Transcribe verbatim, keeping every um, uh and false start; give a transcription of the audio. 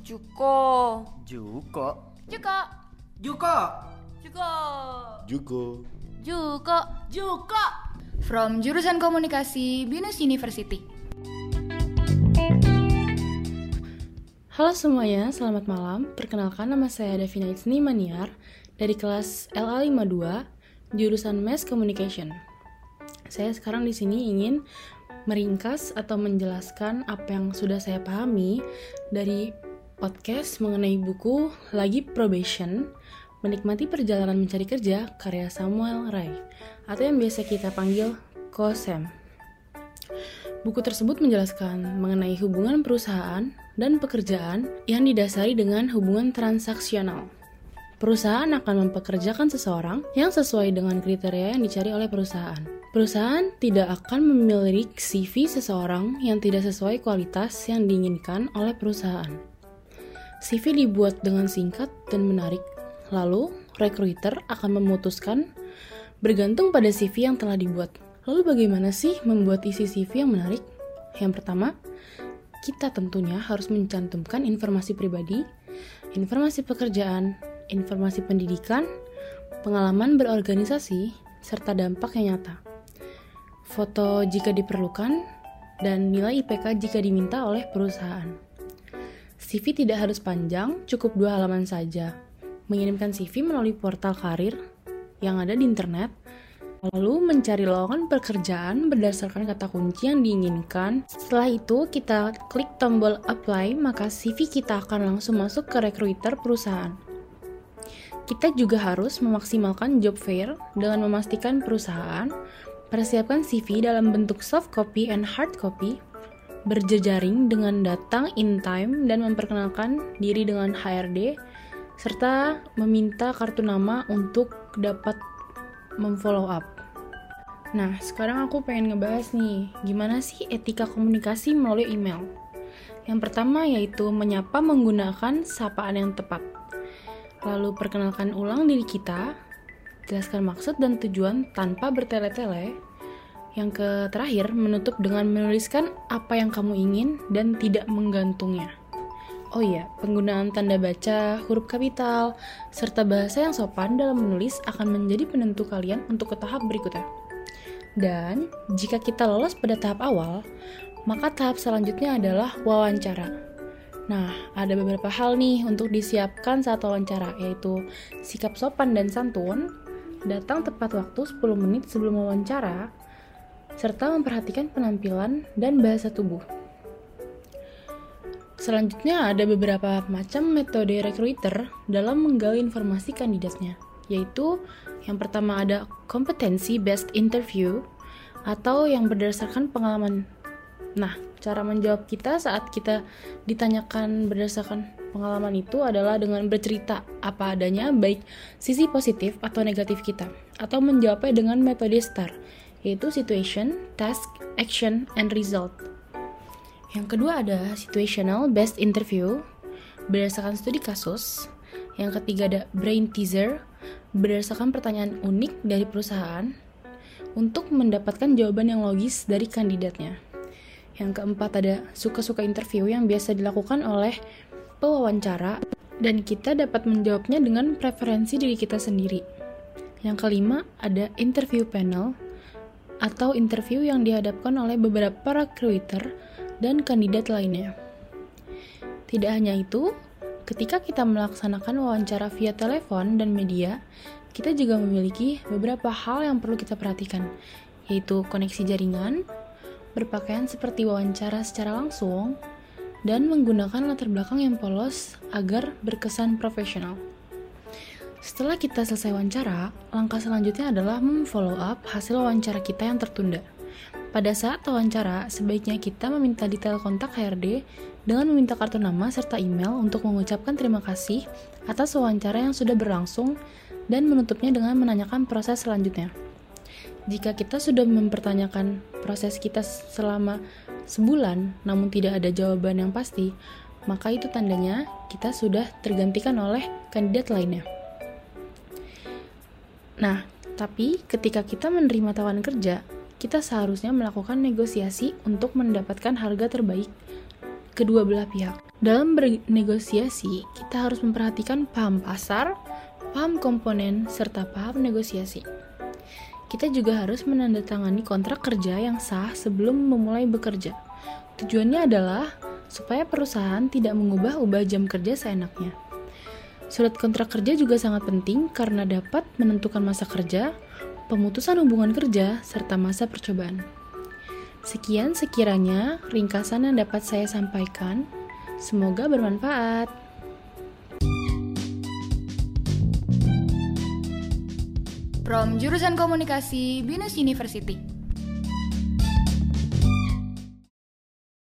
Juko. Juko. Juko. Juko. Juko. Juko. Juko. Juko. From jurusan Komunikasi Binus University. Halo semuanya, selamat malam. Perkenalkan, nama saya Davina Itsni Maniar dari kelas L A lima puluh dua, jurusan Mass Communication. Saya sekarang di sini ingin meringkas atau menjelaskan apa yang sudah saya pahami dari podcast mengenai buku Lagi Probation, Menikmati Perjalanan Mencari Kerja, karya Samuel Ray, atau yang biasa kita panggil Ko Sam. Buku tersebut menjelaskan mengenai hubungan perusahaan dan pekerjaan yang didasari dengan hubungan transaksional. Perusahaan akan mempekerjakan seseorang yang sesuai dengan kriteria yang dicari oleh perusahaan. Perusahaan tidak akan memilih C V seseorang yang tidak sesuai kualitas yang diinginkan oleh perusahaan. C V dibuat dengan singkat dan menarik, lalu recruiter akan memutuskan bergantung pada C V yang telah dibuat. Lalu bagaimana sih membuat isi C V yang menarik? Yang pertama, kita tentunya harus mencantumkan informasi pribadi, informasi pekerjaan, informasi pendidikan, pengalaman berorganisasi, serta dampak yang nyata. Foto jika diperlukan, dan nilai I P K jika diminta oleh perusahaan. C V tidak harus panjang, cukup dua halaman saja. Mengirimkan C V melalui portal karir yang ada di internet, lalu mencari lowongan pekerjaan berdasarkan kata kunci yang diinginkan. Setelah itu, kita klik tombol apply, maka C V kita akan langsung masuk ke recruiter perusahaan. Kita juga harus memaksimalkan job fair dengan memastikan perusahaan persiapkan C V dalam bentuk soft copy and hard copy, berjejaring dengan datang in time dan memperkenalkan diri dengan H R D, serta meminta kartu nama untuk dapat memfollow up. Nah, sekarang aku pengen ngebahas nih, gimana sih etika komunikasi melalui email. Yang pertama yaitu menyapa menggunakan sapaan yang tepat. Lalu perkenalkan ulang diri kita, jelaskan maksud dan tujuan tanpa bertele-tele. Yang ke terakhir, menutup dengan menuliskan apa yang kamu ingin dan tidak menggantungnya. Oh iya, penggunaan tanda baca, huruf kapital, serta bahasa yang sopan dalam menulis akan menjadi penentu kalian untuk ke tahap berikutnya. Dan jika kita lolos pada tahap awal, maka tahap selanjutnya adalah wawancara. Nah, ada beberapa hal nih untuk disiapkan saat wawancara, yaitu sikap sopan dan santun, datang tepat waktu sepuluh menit sebelum wawancara, serta memperhatikan penampilan dan bahasa tubuh. Selanjutnya ada beberapa macam metode recruiter dalam menggali informasi kandidatnya, yaitu yang pertama ada competency based interview atau yang berdasarkan pengalaman. Nah, cara menjawab kita saat kita ditanyakan berdasarkan pengalaman itu adalah dengan bercerita apa adanya, baik sisi positif atau negatif kita, atau menjawabnya dengan metode STAR, yaitu situation, task, action, and result. Yang kedua ada situational based interview berdasarkan studi kasus. Yang ketiga ada brain teaser berdasarkan pertanyaan unik dari perusahaan untuk mendapatkan jawaban yang logis dari kandidatnya. Yang keempat ada suka-suka interview yang biasa dilakukan oleh pewawancara dan kita dapat menjawabnya dengan preferensi diri kita sendiri. Yang kelima ada interview panel atau interview yang dihadapkan oleh beberapa recruiter dan kandidat lainnya. Tidak hanya itu, ketika kita melaksanakan wawancara via telepon dan media, kita juga memiliki beberapa hal yang perlu kita perhatikan, yaitu koneksi jaringan, berpakaian seperti wawancara secara langsung, dan menggunakan latar belakang yang polos agar berkesan profesional. Setelah kita selesai wawancara, langkah selanjutnya adalah memfollow up hasil wawancara kita yang tertunda. Pada saat wawancara, sebaiknya kita meminta detail kontak H R D dengan meminta kartu nama serta email untuk mengucapkan terima kasih atas wawancara yang sudah berlangsung dan menutupnya dengan menanyakan proses selanjutnya. Jika kita sudah mempertanyakan proses kita selama sebulan namun tidak ada jawaban yang pasti, maka itu tandanya kita sudah tergantikan oleh kandidat lainnya. Nah, tapi ketika kita menerima tawaran kerja, kita seharusnya melakukan negosiasi untuk mendapatkan harga terbaik kedua belah pihak. Dalam bernegosiasi, kita harus memperhatikan paham pasar, paham komponen, serta paham negosiasi. Kita juga harus menandatangani kontrak kerja yang sah sebelum memulai bekerja. Tujuannya adalah supaya perusahaan tidak mengubah-ubah jam kerja seenaknya. Surat kontrak kerja juga sangat penting karena dapat menentukan masa kerja, pemutusan hubungan kerja, serta masa percobaan. Sekian sekiranya ringkasan yang dapat saya sampaikan. Semoga bermanfaat. From Jurusan Komunikasi Binus University.